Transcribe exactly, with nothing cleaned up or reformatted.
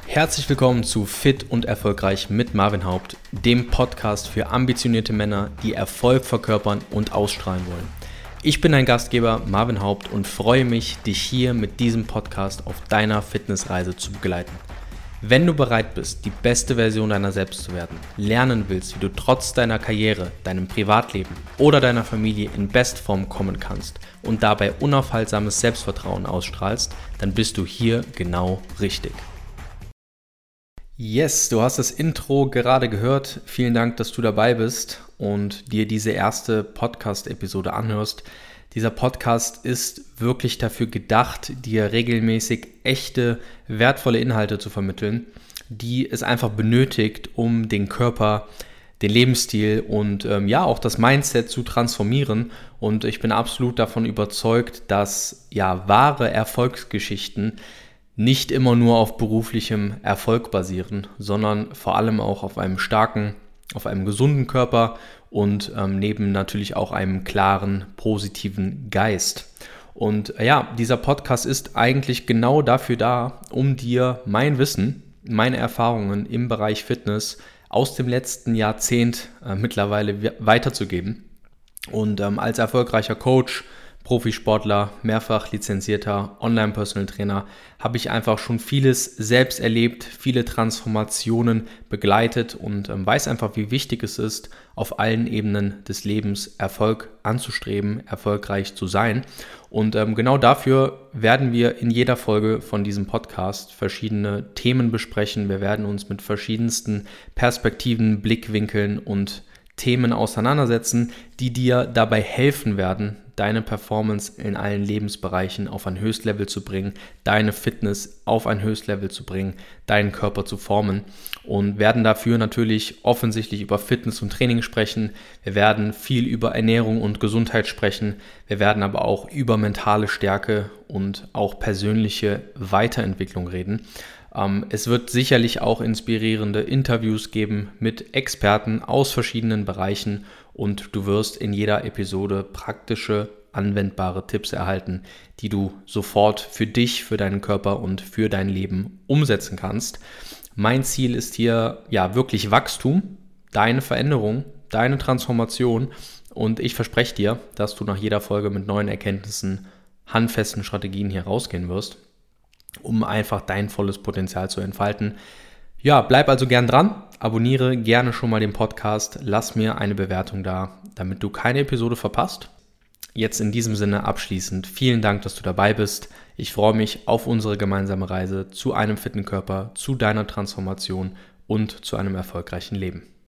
Herzlich willkommen zu Fit und Erfolgreich mit Marvin Haupt, dem Podcast für ambitionierte Männer, die Erfolg verkörpern und ausstrahlen wollen. Ich bin dein Gastgeber Marvin Haupt und freue mich, dich hier mit diesem Podcast auf deiner Fitnessreise zu begleiten. Wenn du bereit bist, die beste Version deiner selbst zu werden, lernen willst, wie du trotz deiner Karriere, deinem Privatleben oder deiner Familie in Bestform kommen kannst und dabei unaufhaltsames Selbstvertrauen ausstrahlst, dann bist du hier genau richtig. Yes, du hast das Intro gerade gehört. Vielen Dank, dass du dabei bist und dir diese erste Podcast-Episode anhörst. Dieser Podcast ist wirklich dafür gedacht, dir regelmäßig echte, wertvolle Inhalte zu vermitteln, die es einfach benötigt, um den Körper, den Lebensstil und ähm, ja auch das Mindset zu transformieren. Und ich bin absolut davon überzeugt, dass ja wahre Erfolgsgeschichten nicht immer nur auf beruflichem Erfolg basieren, sondern vor allem auch auf einem starken, auf einem gesunden Körper und ähm, neben natürlich auch einem klaren, positiven Geist. Und äh, ja, dieser Podcast ist eigentlich genau dafür da, um dir mein Wissen, meine Erfahrungen im Bereich Fitness aus dem letzten Jahrzehnt äh, mittlerweile weiterzugeben. Und ähm, als erfolgreicher Coach, Profisportler, mehrfach lizenzierter Online-Personal Trainer, habe ich einfach schon vieles selbst erlebt, viele Transformationen begleitet und ähm, weiß einfach, wie wichtig es ist, auf allen Ebenen des Lebens Erfolg anzustreben, erfolgreich zu sein. Und ähm, genau dafür werden wir in jeder Folge von diesem Podcast verschiedene Themen besprechen. Wir werden uns mit verschiedensten Perspektiven, Blickwinkeln und Themen auseinandersetzen, die dir dabei helfen werden, deine Performance in allen Lebensbereichen auf ein Höchstlevel zu bringen, deine Fitness auf ein Höchstlevel zu bringen, deinen Körper zu formen und werden dafür natürlich offensichtlich über Fitness und Training sprechen. Wir werden viel über Ernährung und Gesundheit sprechen. Wir werden aber auch über mentale Stärke und auch persönliche Weiterentwicklung reden. Es wird sicherlich auch inspirierende Interviews geben mit Experten aus verschiedenen Bereichen und du wirst in jeder Episode praktische, anwendbare Tipps erhalten, die du sofort für dich, für deinen Körper und für dein Leben umsetzen kannst. Mein Ziel ist hier ja wirklich Wachstum, deine Veränderung, deine Transformation und ich verspreche dir, dass du nach jeder Folge mit neuen Erkenntnissen, handfesten Strategien hier rausgehen wirst, um einfach dein volles Potenzial zu entfalten. Ja, bleib also gern dran, abonniere gerne schon mal den Podcast, lass mir eine Bewertung da, damit du keine Episode verpasst. Jetzt in diesem Sinne abschließend, vielen Dank, dass du dabei bist. Ich freue mich auf unsere gemeinsame Reise zu einem fitten Körper, zu deiner Transformation und zu einem erfolgreichen Leben.